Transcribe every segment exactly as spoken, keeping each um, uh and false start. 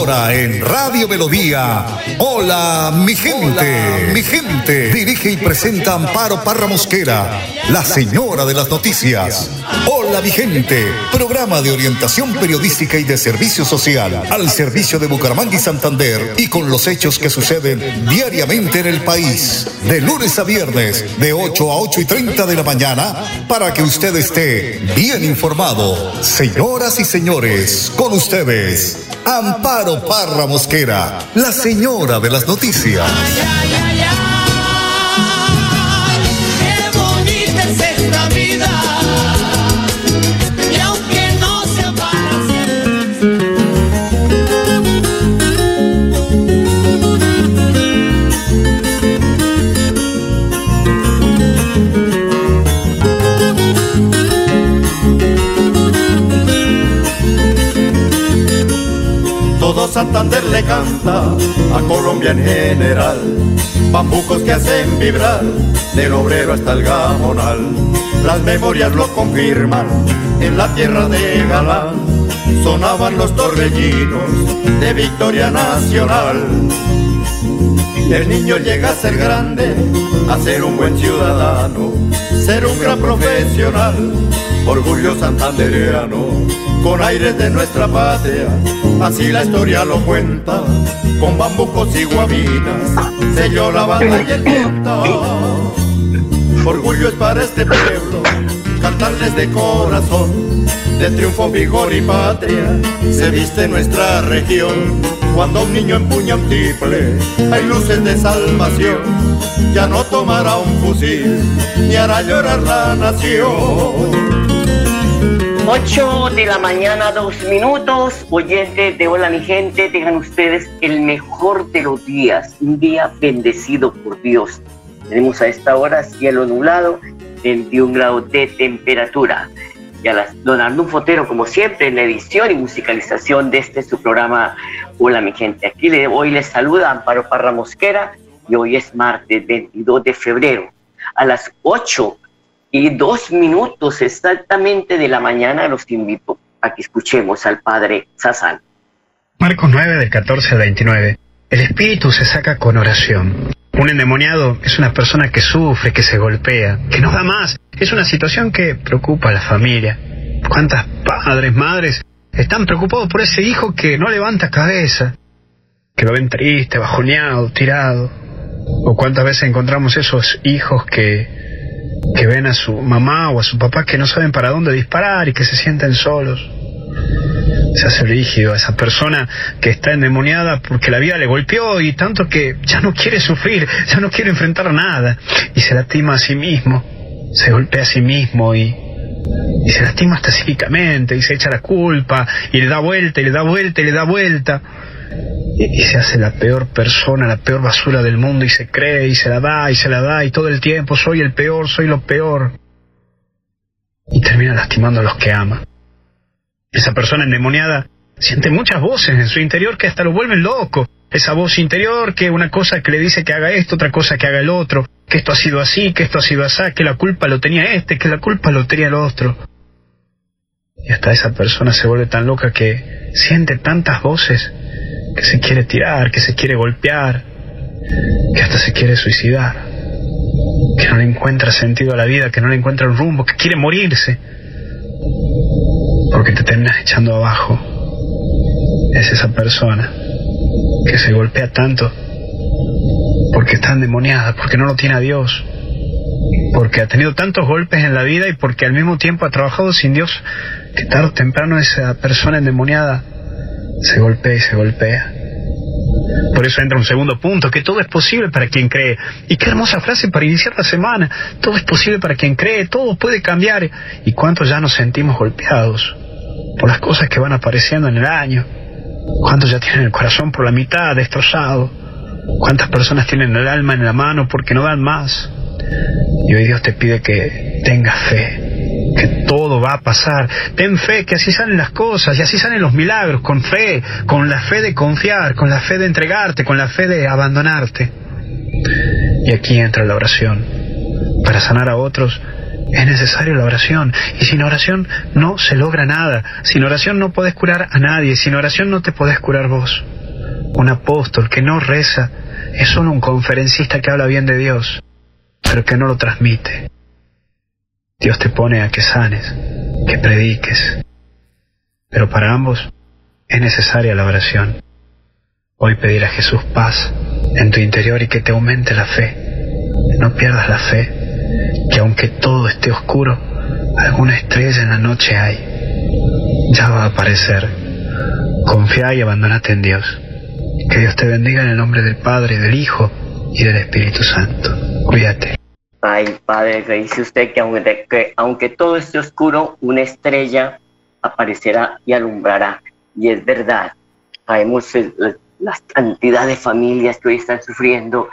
Ahora en Radio Melodía, Hola mi gente, Hola, mi gente. Dirige y presenta Amparo Parra Mosquera, la señora de las noticias. Hola mi gente, programa de orientación periodística y de servicio social, al servicio de Bucaramanga y Santander, y con los hechos que suceden diariamente en el país, de lunes a viernes, de ocho a ocho y treinta de la mañana, para que usted esté bien informado. Señoras y señores, con ustedes, Amparo Parra Mosquera, la señora de las noticias. Ay, ay, ay, ay, qué bonita es esta vida. Y aunque no sea para siempre. Todo Santander le canta a Colombia en general, bambucos que hacen vibrar del obrero hasta el gamonal. Las memorias lo confirman, en la tierra de Galán sonaban los torbellinos de Victoria Nacional. El niño llega a ser grande, a ser un buen ciudadano, ser un gran profesional, orgullo santandereano, con aires de nuestra patria, así la historia lo cuenta, con bambucos y guabinas, selló la banda y el viento. Orgullo es para este pueblo, cantarles de corazón, de triunfo, vigor y patria, se viste nuestra región. Cuando un niño empuña un triple, hay luces de salvación, ya no tomará un fusil, ni hará llorar la nación. ocho de la mañana, dos minutos, oyentes de Hola mi gente, tengan ustedes el mejor de los días, un día bendecido por Dios. Tenemos a esta hora cielo nublado, veintiún grados de temperatura. Y a las, don Arnulfo Otero, como siempre, en la edición y musicalización de este su programa Hola mi gente. Aquí le, hoy les saluda Amparo Parra Mosquera y hoy es martes veintidós de febrero. A las ocho y dos minutos exactamente de la mañana los invito a que escuchemos al padre Sassal. Marcos nueve, del catorce al veintinueve. El espíritu se saca con oración. Un endemoniado es una persona que sufre, que se golpea, que no da más. Es una situación que preocupa a la familia. ¿Cuántas padres, madres están preocupados por ese hijo que no levanta cabeza? Que lo ven triste, bajoneado, tirado. O cuántas veces encontramos esos hijos que... que ven a su mamá o a su papá que no saben para dónde disparar y que se sienten solos. Se hace rígido a esa persona que está endemoniada porque la vida le golpeó y tanto que ya no quiere sufrir, ya no quiere enfrentar nada y se lastima a sí mismo, se golpea a sí mismo y, y se lastima hasta psíquicamente y se echa la culpa y le da vuelta y le da vuelta y le da vuelta y, y se hace la peor persona, la peor basura del mundo y se cree y se la da y se la da y todo el tiempo soy el peor, soy lo peor y termina lastimando a los que ama. Esa persona endemoniada siente muchas voces en su interior que hasta lo vuelven loco. Esa voz interior que una cosa que le dice que haga esto, otra cosa que haga el otro, que esto ha sido así, que esto ha sido así, que la culpa lo tenía este, que la culpa lo tenía el otro. Y hasta esa persona se vuelve tan loca que siente tantas voces que se quiere tirar, que se quiere golpear, que hasta se quiere suicidar, que no le encuentra sentido a la vida, que no le encuentra un rumbo, que quiere morirse. Porque te terminas echando abajo. Es esa persona que se golpea tanto porque está endemoniada, porque no lo tiene a Dios, porque ha tenido tantos golpes en la vida y porque al mismo tiempo ha trabajado sin Dios, que tarde o temprano esa persona endemoniada se golpea y se golpea. Por eso entra un segundo punto, que todo es posible para quien cree. Y qué hermosa frase para iniciar la semana. Todo es posible para quien cree, todo puede cambiar. ¿Y cuántos ya nos sentimos golpeados por las cosas que van apareciendo en el año? ¿Cuántos ya tienen el corazón por la mitad destrozado? ¿Cuántas personas tienen el alma en la mano porque no dan más? Y hoy Dios te pide que tengas fe, que todo va a pasar. Ten fe, que así salen las cosas y así salen los milagros, con fe, con la fe de confiar, con la fe de entregarte, con la fe de abandonarte. Y aquí entra la oración, para sanar a otros es necesaria la oración. Y sin oración no se logra nada. Sin oración no podés curar a nadie. Sin oración no te podés curar vos. Un apóstol que no reza es solo un conferencista que habla bien de Dios, pero que no lo transmite. Dios te pone a que sanes, que prediques. Pero para ambos es necesaria la oración. Hoy pedir a Jesús paz en tu interior y que te aumente la fe. No pierdas la fe, que aunque todo esté oscuro, alguna estrella en la noche hay. Ya va a aparecer. Confía y abandonate en Dios. Que Dios te bendiga en el nombre del Padre, del Hijo y del Espíritu Santo. Cuídate. Ay, Padre, que dice usted que aunque, que aunque todo esté oscuro, una estrella aparecerá y alumbrará. Y es verdad. Sabemos el, el, la cantidad de familias que hoy están sufriendo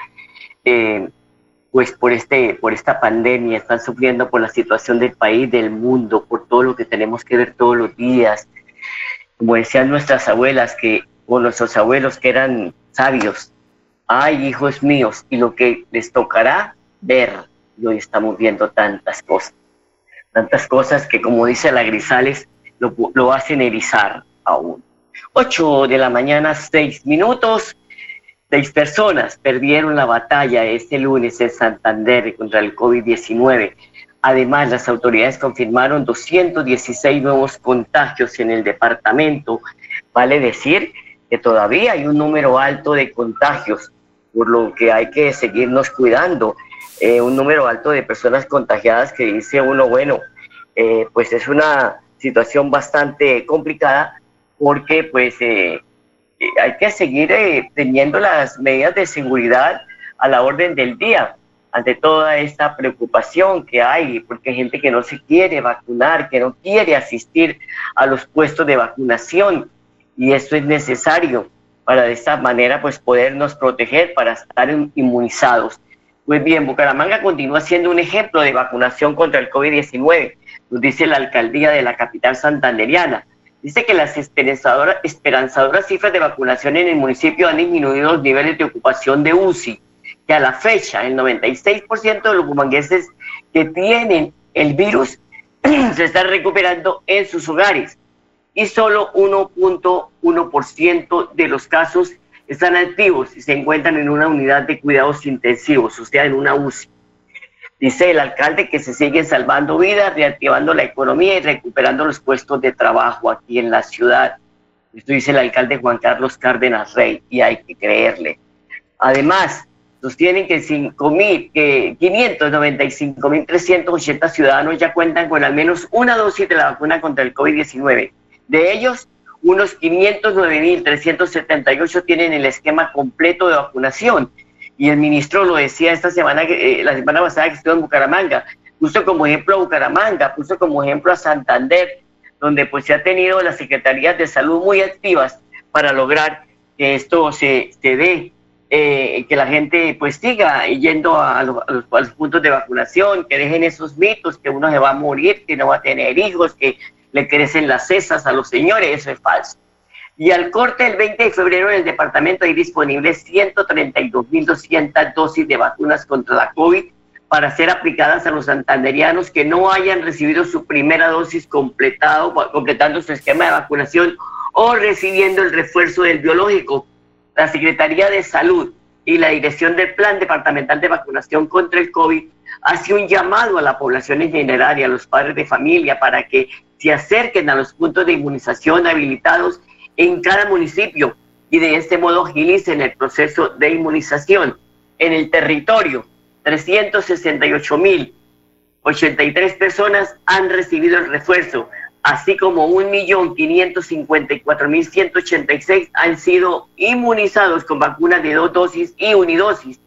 eh, pues por, este, por esta pandemia, están sufriendo por la situación del país, del mundo, por todo lo que tenemos que ver todos los días. Como decían nuestras abuelas, que o nuestros abuelos que eran sabios, ay, hijos míos, y lo que les tocará ver. Y hoy estamos viendo tantas cosas, tantas cosas que, como dice la Grisales, lo, lo hacen erizar aún. ocho de la mañana, seis minutos. Seis personas perdieron la batalla este lunes en Santander contra el COVID diecinueve. Además, las autoridades confirmaron doscientos dieciséis nuevos contagios en el departamento. Vale decir que todavía hay un número alto de contagios, por lo que hay que seguirnos cuidando. Eh, un número alto de personas contagiadas que dice uno, bueno, eh, pues es una situación bastante complicada porque pues eh, hay que seguir eh, teniendo las medidas de seguridad a la orden del día ante toda esta preocupación que hay, porque hay gente que no se quiere vacunar, que no quiere asistir a los puestos de vacunación, y esto es necesario para de esta manera pues podernos proteger, para estar inmunizados. Pues bien, Bucaramanga continúa siendo un ejemplo de vacunación contra el COVID diecinueve, nos dice la alcaldía de la capital santanderiana. Dice que las esperanzadoras, esperanzadoras cifras de vacunación en el municipio han disminuido los niveles de ocupación de U C I, que a la fecha el noventa y seis por ciento de los bumangueses que tienen el virus se están recuperando en sus hogares y solo uno punto uno por ciento de los casos están activos y se encuentran en una unidad de cuidados intensivos, o sea, en una U C I. Dice el alcalde que se siguen salvando vidas, reactivando la economía y recuperando los puestos de trabajo aquí en la ciudad. Esto dice el alcalde Juan Carlos Cárdenas Rey, y hay que creerle. Además, sostienen que, que quinientos noventa y cinco mil trescientos ochenta ciudadanos ya cuentan con al menos una dosis de la vacuna contra el COVID diecinueve. De ellos, unos quinientos nueve mil trescientos setenta y ocho tienen el esquema completo de vacunación. Y el ministro lo decía esta semana, eh, la semana pasada que estuvo en Bucaramanga, puso como ejemplo a Bucaramanga, puso como ejemplo a Santander, donde pues se ha tenido las secretarías de salud muy activas para lograr que esto se, se dé, eh, que la gente pues siga yendo a los, a, los, a los puntos de vacunación, que dejen esos mitos, que uno se va a morir, que no va a tener hijos, que le crecen las cesas a los señores. Eso es falso. Y al corte del veinte de febrero en el departamento hay disponibles ciento treinta y dos mil doscientas dosis de vacunas contra la COVID para ser aplicadas a los santanderianos que no hayan recibido su primera dosis completado, completando su esquema de vacunación o recibiendo el refuerzo del biológico. La Secretaría de Salud y la Dirección del Plan Departamental de Vacunación contra el COVID hace un llamado a la población en general y a los padres de familia para que se acerquen a los puntos de inmunización habilitados en cada municipio y de este modo agilicen el proceso de inmunización. En el territorio, trescientos sesenta y ocho mil ochenta y tres personas han recibido el refuerzo, así como un millón quinientos cincuenta y cuatro mil ciento ochenta y seis han sido inmunizados con vacunas de dos dosis y unidosis,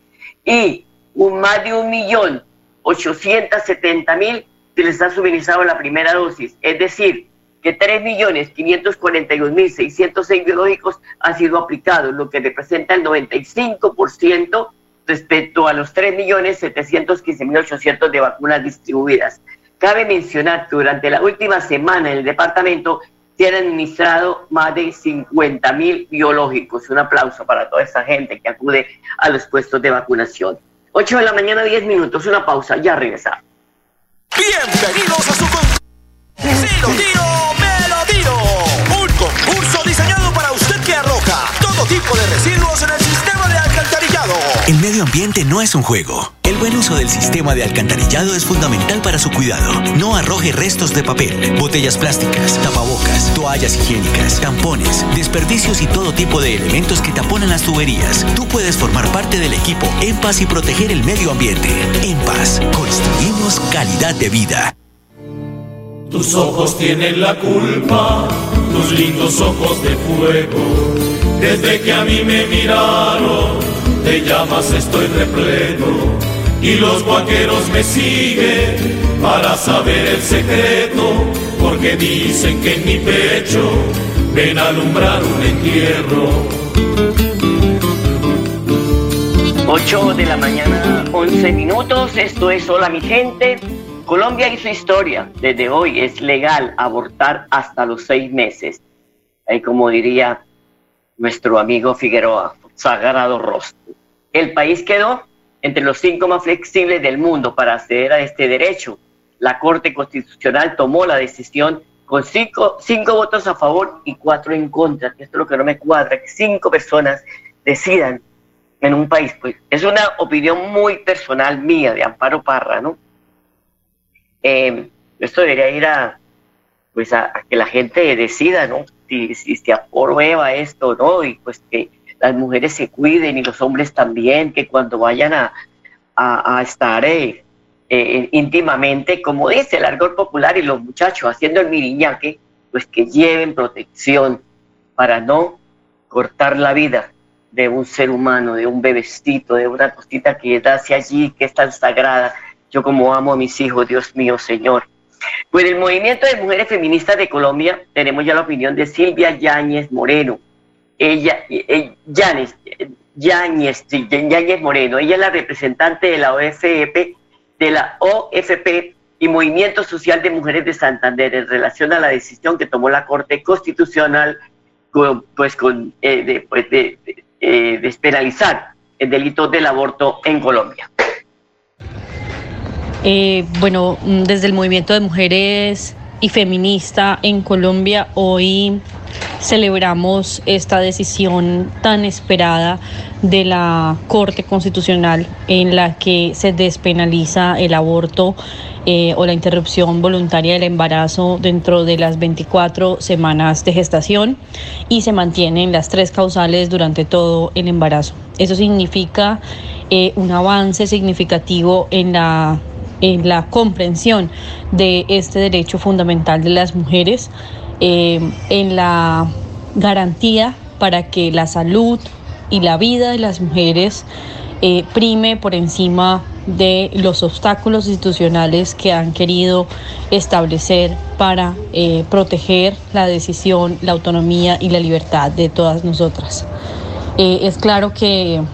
y un, más de un millón ochocientos setenta mil se les ha suministrado la primera dosis, es decir, que tres millones quinientos cuarenta y dos mil seiscientos seis biológicos han sido aplicados, lo que representa el noventa y cinco por ciento respecto a los tres millones setecientos quince mil ochocientos de vacunas distribuidas. Cabe mencionar que durante la última semana en el departamento se han administrado más de cincuenta mil biológicos. Un aplauso para toda esa gente que acude a los puestos de vacunación. ocho de la mañana, diez minutos, una pausa, ya regresamos. Bienvenidos a su con... ¡Si lo tiro, me lo tiro! Un concurso diseñado para usted que arroja todo tipo de residuos en el sistema de alcantarillado. El medio ambiente no es un juego. El buen uso del sistema de alcantarillado es fundamental para su cuidado. No arroje restos de papel, botellas plásticas, tapabocas, toallas higiénicas, tampones, desperdicios y todo tipo de elementos que taponan las tuberías. Tú puedes formar parte del equipo En Paz y proteger el medio ambiente. En Paz, construimos calidad de vida. Tus ojos tienen la culpa, tus lindos ojos de fuego. Desde que a mí me miraron, te llamas estoy repleto. Y los guaqueros me siguen para saber el secreto, porque dicen que en mi pecho ven a alumbrar un entierro. ocho de la mañana, once minutos, esto es Hola mi gente. Colombia y su historia. Desde hoy es legal abortar hasta los seis meses. Ahí como diría nuestro amigo Figueroa, sagrado rostro. El país quedó entre los cinco más flexibles del mundo para acceder a este derecho. La Corte Constitucional tomó la decisión con cinco, cinco votos a favor y cuatro en contra. Esto es lo que no me cuadra, que cinco personas decidan en un país. Pues es una opinión muy personal mía, de Amparo Parra, ¿no? Eh, esto debería ir a, pues a, a que la gente decida, ¿no? Si, si se aprueba esto, ¿no? Y pues que las mujeres se cuiden y los hombres también, que cuando vayan a, a, a estar eh, eh, íntimamente, como dice el argot popular, y los muchachos haciendo el miriñaque, pues que lleven protección para no cortar la vida de un ser humano, de un bebecito, de una cosita que nace allí, que es tan sagrada. Yo como amo a mis hijos, Dios mío, Señor. Pues el movimiento de mujeres feministas de Colombia, tenemos ya la opinión de Silvia Yáñez Moreno. Ella, eh, Yáñez, Yáñez, Yáñez Moreno, ella es la representante de la O F P, de la O F P y Movimiento Social de Mujeres de Santander en relación a la decisión que tomó la Corte Constitucional, con, pues con eh, de, pues de, de, eh, despenalizar el delito del aborto en Colombia. Eh, bueno, desde el movimiento de mujeres y feminista en Colombia, hoy celebramos esta decisión tan esperada de la Corte Constitucional en la que se despenaliza el aborto eh, o la interrupción voluntaria del embarazo dentro de las veinticuatro semanas de gestación y se mantienen las tres causales durante todo el embarazo. Eso significa eh, un avance significativo en la en la comprensión de este derecho fundamental de las mujeres, eh, en la garantía para que la salud y la vida de las mujeres eh, prime por encima de los obstáculos institucionales que han querido establecer para eh, proteger la decisión, la autonomía y la libertad de todas nosotras. Eh, es claro que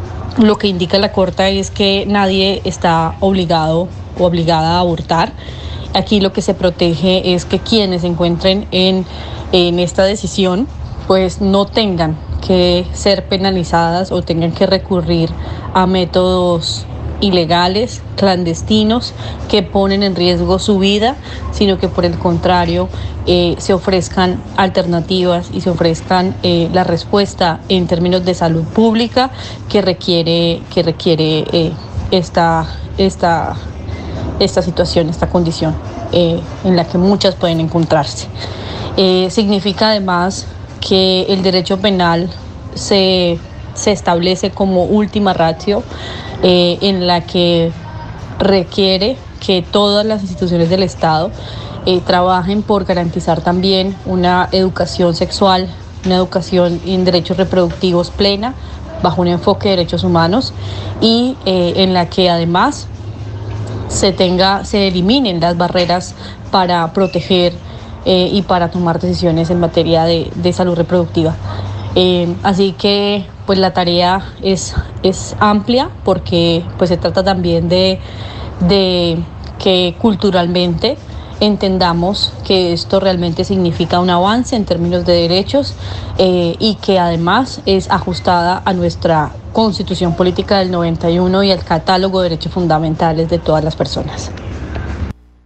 lo que indica la Corte es que nadie está obligado o obligada a abortar. Aquí lo que se protege es que quienes se encuentren en, en esta decisión pues no tengan que ser penalizadas o tengan que recurrir a métodos ilegales, clandestinos, que ponen en riesgo su vida, sino que por el contrario eh, se ofrezcan alternativas y se ofrezcan eh, la respuesta en términos de salud pública que requiere, que requiere eh, esta, esta esta situación, esta condición eh, en la que muchas pueden encontrarse. Eh, significa además que el derecho penal se, se establece como última ratio eh, en la que requiere que todas las instituciones del Estado eh, trabajen por garantizar también una educación sexual, una educación en derechos reproductivos plena, bajo un enfoque de derechos humanos y eh, en la que además se tenga, se eliminen las barreras para proteger eh, y para tomar decisiones en materia de, de salud reproductiva. Eh, así que pues la tarea es, es amplia porque pues se trata también de, de que culturalmente entendamos que esto realmente significa un avance en términos de derechos eh, y que además es ajustada a nuestra Constitución Política del noventa y uno y al catálogo de derechos fundamentales de todas las personas.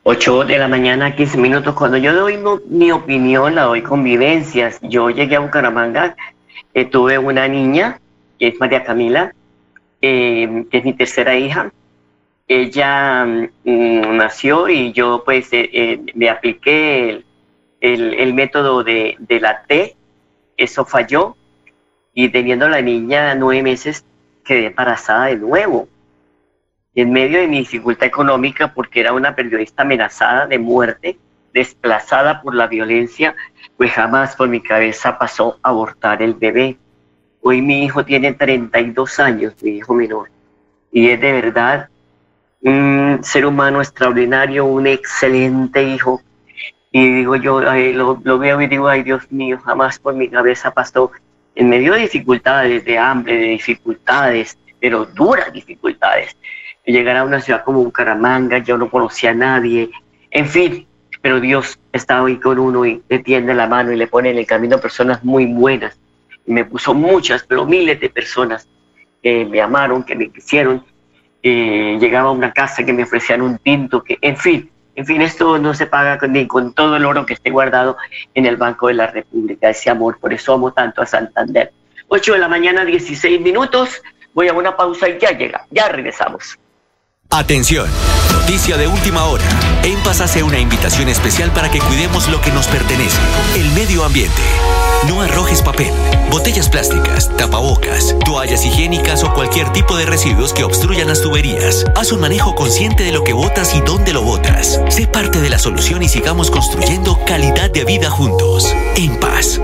ocho de la mañana, quince minutos. Cuando yo doy no, mi opinión, la doy con vivencias. Yo llegué a Bucaramanga, eh, tuve una niña, que es María Camila, eh, que es mi tercera hija. Ella mm, nació y yo pues eh, eh, me apliqué el, el, el método de, de la T. Eso falló y teniendo la niña nueve meses quedé embarazada de nuevo. En medio de mi dificultad económica, porque era una periodista amenazada de muerte, desplazada por la violencia, pues jamás por mi cabeza pasó abortar el bebé. Hoy mi hijo tiene treinta y dos años, mi hijo menor, y es de verdad un ser humano extraordinario, un excelente hijo. Y digo yo, ay, lo, lo veo y digo, ay Dios mío, jamás por mi cabeza pasó, en medio de dificultades, de hambre, de dificultades, pero duras dificultades, llegar a una ciudad como Bucaramanga, yo no conocía a nadie, en fin, pero Dios estaba ahí con uno y le tiende la mano y le pone en el camino personas muy buenas. Y me puso muchas, pero miles de personas que me amaron, que me quisieron. Eh, llegaba a una casa que me ofrecían un tinto, que, en fin, en fin, esto no se paga con, ni con todo el oro que esté guardado en el Banco de la República, ese amor, por eso amo tanto a Santander. ocho de la mañana, dieciséis minutos, voy a una pausa y ya llega, ya regresamos. Atención, noticia de última hora. En Paz hace una invitación especial para que cuidemos lo que nos pertenece, el medio ambiente. No arrojes papel, botellas plásticas, tapabocas, toallas higiénicas o cualquier tipo de residuos que obstruyan las tuberías. Haz un manejo consciente de lo que botas y dónde lo botas. Sé parte de la solución y sigamos construyendo calidad de vida juntos. En Paz.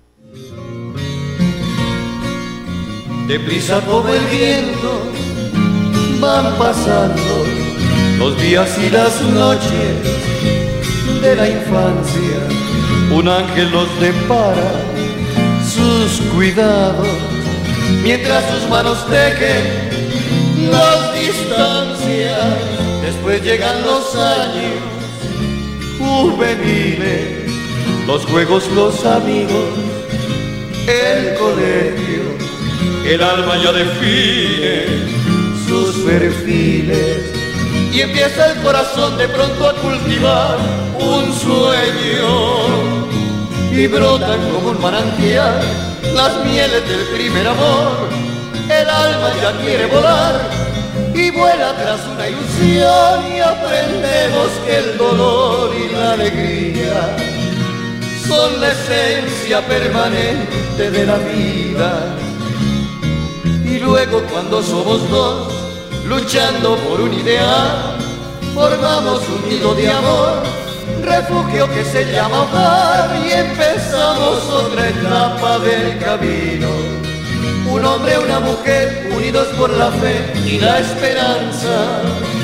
Deprisa todo el viento van pasando los días y las noches de la infancia. Un ángel los depara sus cuidados, mientras sus manos tejen las distancias. Después llegan los años juveniles, los juegos, los amigos, el colegio. El alma ya define sus perfiles y empieza el corazón de pronto a cultivar un sueño y brotan como un manantial las mieles del primer amor. El alma ya quiere volar y vuela tras una ilusión y aprendemos que el dolor y la alegría son la esencia permanente de la vida. Y luego cuando somos dos, luchando por un ideal, formamos un nido de amor, refugio que se llama hogar, y empezamos otra etapa del camino. Un hombre, una mujer, unidos por la fe y la esperanza.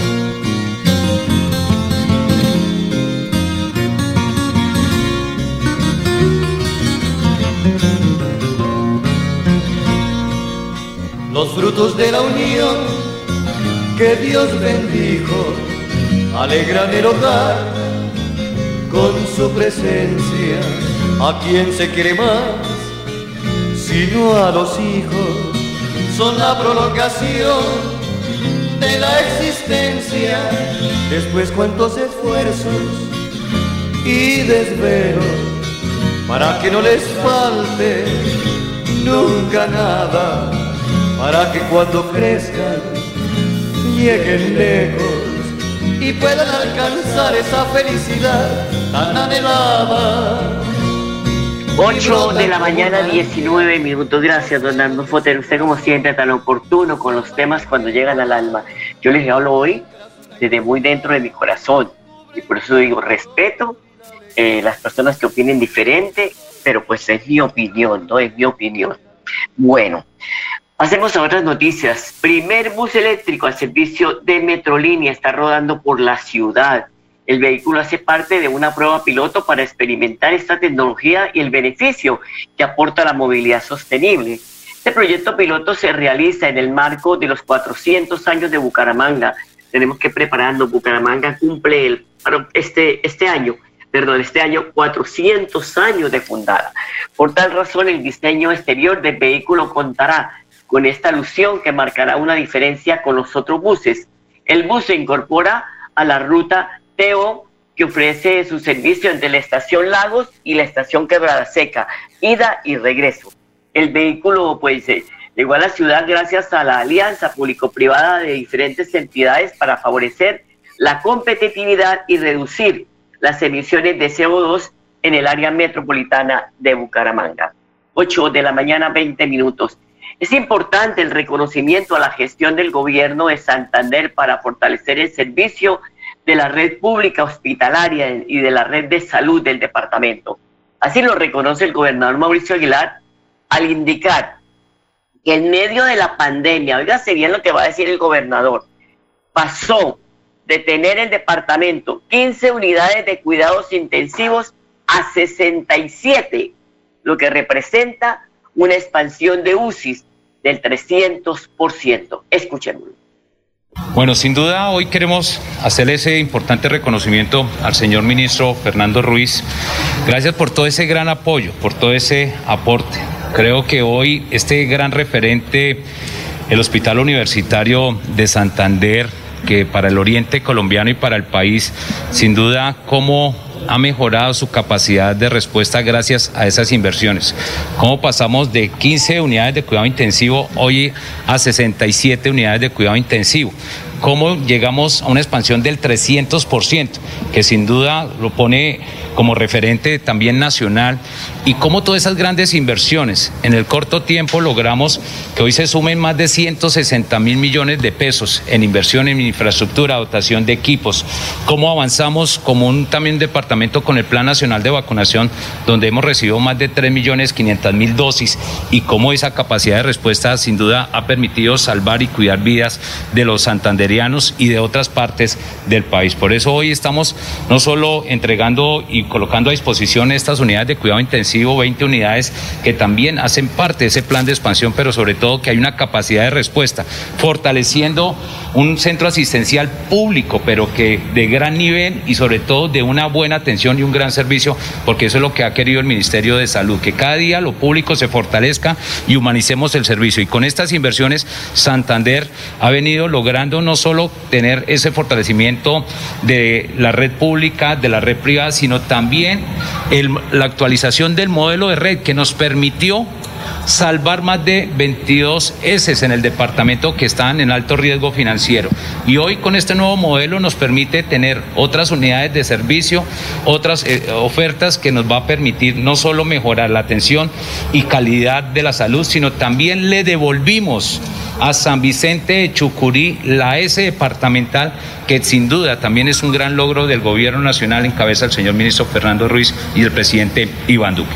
Los frutos de la unión que Dios bendijo alegran el hogar con su presencia. ¿A quién se quiere más sino a los hijos? Son la prolongación de la existencia. Después cuántos esfuerzos y desvelos para que no les falte nunca nada, para que cuando crezcan lleguen lejos y puedan alcanzar esa felicidad tan anhelada. ocho de la mañana, diecinueve minutos. Gracias, don Arnulfo Foter. Usted, como siempre, tan oportuno con los temas cuando llegan al alma. Yo les hablo hoy desde muy dentro de mi corazón y por eso digo, respeto eh, las personas que opinen diferente, pero pues es mi opinión, no es mi opinión. Bueno, hacemos otras noticias. Primer bus eléctrico al servicio de Metrolínea está rodando por la ciudad. El vehículo hace parte de una prueba piloto para experimentar esta tecnología y el beneficio que aporta la movilidad sostenible. Este proyecto piloto se realiza en el marco de los cuatrocientos años de Bucaramanga. Tenemos que prepararnos. Bucaramanga cumple el, este, este año, perdón, este año cuatrocientos años de fundada. Por tal razón, el diseño exterior del vehículo contará con esta alusión que marcará una diferencia con los otros buses. El bus se incorpora a la ruta T O que ofrece su servicio entre la estación Lagos y la estación Quebrada Seca, ida y regreso. El vehículo pues eh, llegó a la ciudad gracias a la alianza público-privada de diferentes entidades para favorecer la competitividad y reducir las emisiones de C O dos en el área metropolitana de Bucaramanga. ocho de la mañana, veinte minutos. Es importante el reconocimiento a la gestión del gobierno de Santander para fortalecer el servicio de la red pública hospitalaria y de la red de salud del departamento. Así lo reconoce el gobernador Mauricio Aguilar al indicar que en medio de la pandemia, oígase bien lo que va a decir el gobernador, pasó de tener el departamento quince unidades de cuidados intensivos a sesenta y siete, lo que representa una expansión de U C I del trescientos por ciento. Escuchémoslo. Bueno, sin duda hoy queremos hacerle ese importante reconocimiento al señor ministro Fernando Ruiz. Gracias por todo ese gran apoyo, por todo ese aporte. Creo que hoy este gran referente, el Hospital Universitario de Santander, que para el oriente colombiano y para el país, sin duda, cómo ha mejorado su capacidad de respuesta gracias a esas inversiones. Cómo pasamos de quince unidades de cuidado intensivo hoy a sesenta y siete unidades de cuidado intensivo. Cómo llegamos a una expansión del trescientos por ciento, que sin duda lo pone como referente también nacional, y cómo todas esas grandes inversiones en el corto tiempo logramos que hoy se sumen más de ciento sesenta mil millones de pesos en inversión en infraestructura, dotación de equipos, cómo avanzamos como un también departamento con el Plan Nacional de Vacunación, donde hemos recibido más de tres millones quinientas mil dosis, y cómo esa capacidad de respuesta sin duda ha permitido salvar y cuidar vidas de los santanderianos y de otras partes del país. Por eso hoy estamos no solo entregando y colocando a disposición estas unidades de cuidado intensivo, veinte unidades que también hacen parte de ese plan de expansión, pero sobre todo que hay una capacidad de respuesta, fortaleciendo un centro asistencial público, pero que de gran nivel y sobre todo de una buena atención y un gran servicio, porque eso es lo que ha querido el Ministerio de Salud, que cada día lo público se fortalezca y humanicemos el servicio. Y con estas inversiones, Santander ha venido logrando no solo tener ese fortalecimiento de la red pública, de la red privada, sino también el, la actualización del modelo de red que nos permitió salvar más de veintidós eses en el departamento que estaban en alto riesgo financiero. Y hoy con este nuevo modelo nos permite tener otras unidades de servicio, otras eh, ofertas que nos va a permitir no solo mejorar la atención y calidad de la salud, sino también le devolvimos a San Vicente de Chucurí la ese departamental, que sin duda también es un gran logro del gobierno nacional en cabeza del señor ministro Fernando Ruiz y el presidente Iván Duque.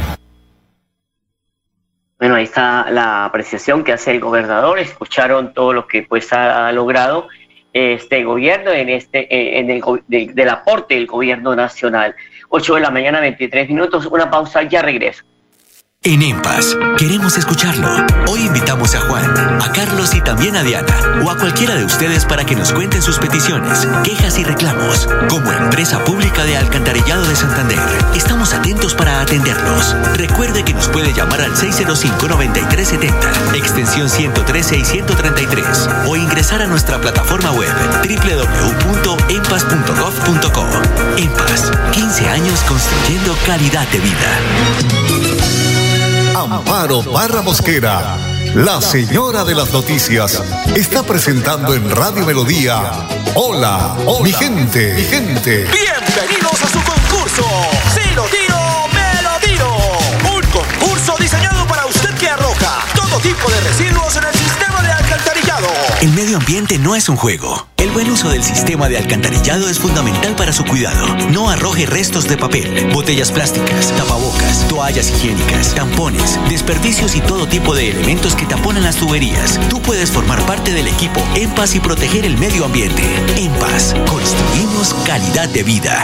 Bueno, ahí está la apreciación que hace el gobernador. Escucharon todo lo que pues ha logrado este gobierno en este en el de, del aporte del gobierno nacional. ocho de la mañana, veintitrés minutos, una pausa, ya regreso. En En Paz, queremos escucharlo. Hoy invitamos a Juan, a Carlos y también a Diana, o a cualquiera de ustedes para que nos cuenten sus peticiones, quejas y reclamos. Como empresa pública de Alcantarillado de Santander, estamos atentos para atenderlos. Recuerde que nos puede llamar al seis cero cinco, nueve tres siete cero, extensión ciento trece y ciento treinta y tres, o ingresar a nuestra plataforma web doble u doble u doble u punto en paz punto gov punto co. En Paz, quince años construyendo calidad de vida. Amparo Parra Mosquera, la señora de las noticias, está presentando en Radio Melodía. Hola, hola, mi gente, mi gente. Bienvenidos a su concurso. Si lo tiro, me lo tiro. Un concurso diseñado para usted que arroja todo tipo de residuos en el sistema de alcantarillado. El medio ambiente no es un juego. El buen uso del sistema de alcantarillado es fundamental para su cuidado. No arroje restos de papel, botellas plásticas, tapabocas, toallas higiénicas, tampones, desperdicios y todo tipo de elementos que taponan las tuberías. Tú puedes formar parte del equipo En Paz y proteger el medio ambiente. En Paz, construimos calidad de vida.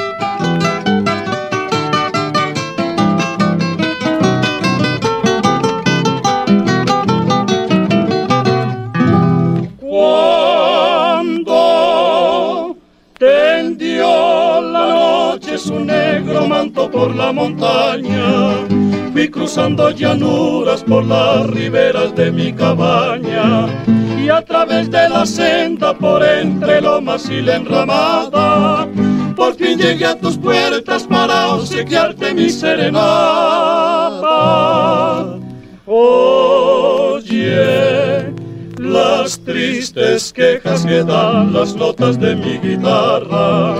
Su negro manto por la montaña, fui cruzando llanuras por las riberas de mi cabaña, y a través de la senda por entre lomas y la enramada, por fin llegué a tus puertas para obsequiarte mi serenata. Oye las tristes quejas que dan las notas de mi guitarra.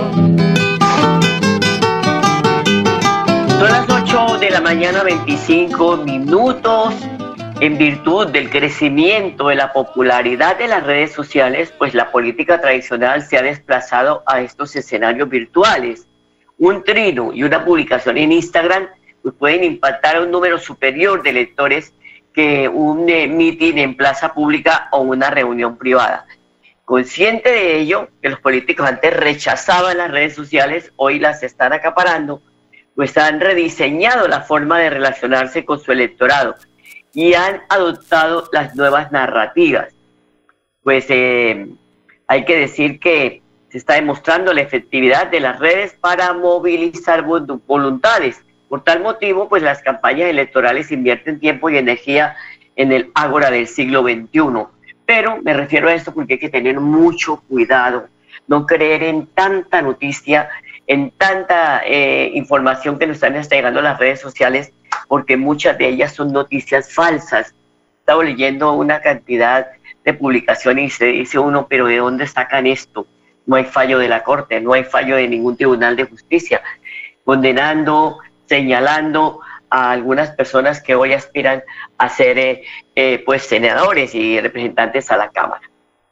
Son las ocho de la mañana, veinticinco minutos. En virtud del crecimiento de la popularidad de las redes sociales, pues la política tradicional se ha desplazado a estos escenarios virtuales. Un trino y una publicación en Instagram pues pueden impactar a un número superior de lectores que un eh, mitin en plaza pública o una reunión privada. Consciente de ello, que los políticos antes rechazaban las redes sociales, hoy las están acaparando, pues han rediseñado la forma de relacionarse con su electorado y han adoptado las nuevas narrativas. Pues eh, hay que decir que se está demostrando la efectividad de las redes para movilizar voluntades. Por tal motivo, pues las campañas electorales invierten tiempo y energía en el ágora del siglo veintiuno. Pero me refiero a esto porque hay que tener mucho cuidado, no creer en tanta noticia, en tanta eh, información que nos están llegando a las redes sociales, porque muchas de ellas son noticias falsas. Estaba leyendo una cantidad de publicaciones y se dice uno, pero ¿de dónde sacan esto? No hay fallo de la Corte, no hay fallo de ningún tribunal de justicia, condenando, señalando a algunas personas que hoy aspiran a ser eh, eh, pues senadores y representantes a la Cámara.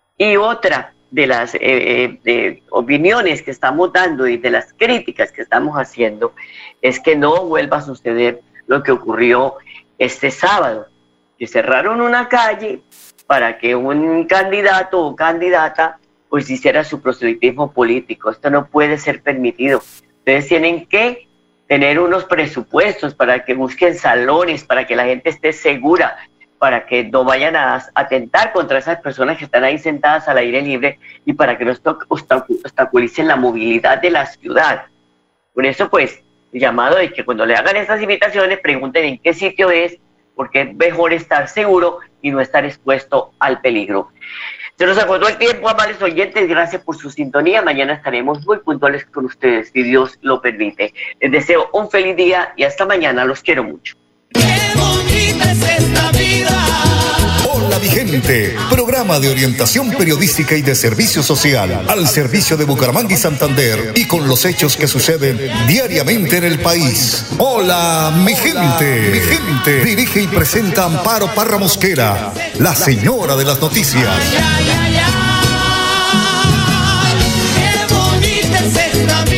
Y otra de las eh, eh, de opiniones que estamos dando y de las críticas que estamos haciendo es que no vuelva a suceder lo que ocurrió este sábado, que cerraron una calle para que un candidato o candidata pues hiciera su proselitismo político. Esto no puede ser permitido. Ustedes tienen que tener unos presupuestos para que busquen salones, para que la gente esté segura, para que no vayan a atentar contra esas personas que están ahí sentadas al aire libre y para que no obstaculicen la movilidad de la ciudad. Por eso, pues, el llamado de que cuando le hagan estas invitaciones pregunten en qué sitio es, porque es mejor estar seguro y no estar expuesto al peligro. Se nos agotó el tiempo, amables oyentes, gracias por su sintonía. Mañana estaremos muy puntuales con ustedes, si Dios lo permite. Les deseo un feliz día y hasta mañana, los quiero mucho. ¡Qué bonita es esta vida! Hola Vigente, programa de orientación periodística y de servicio social al servicio de Bucaramanga y Santander y con los hechos que suceden diariamente en el país. Hola mi gente, mi gente. Dirige y presenta Amparo Parra Mosquera, la señora de las noticias. Ay, ay, ay, ay, qué bonita es esta vida.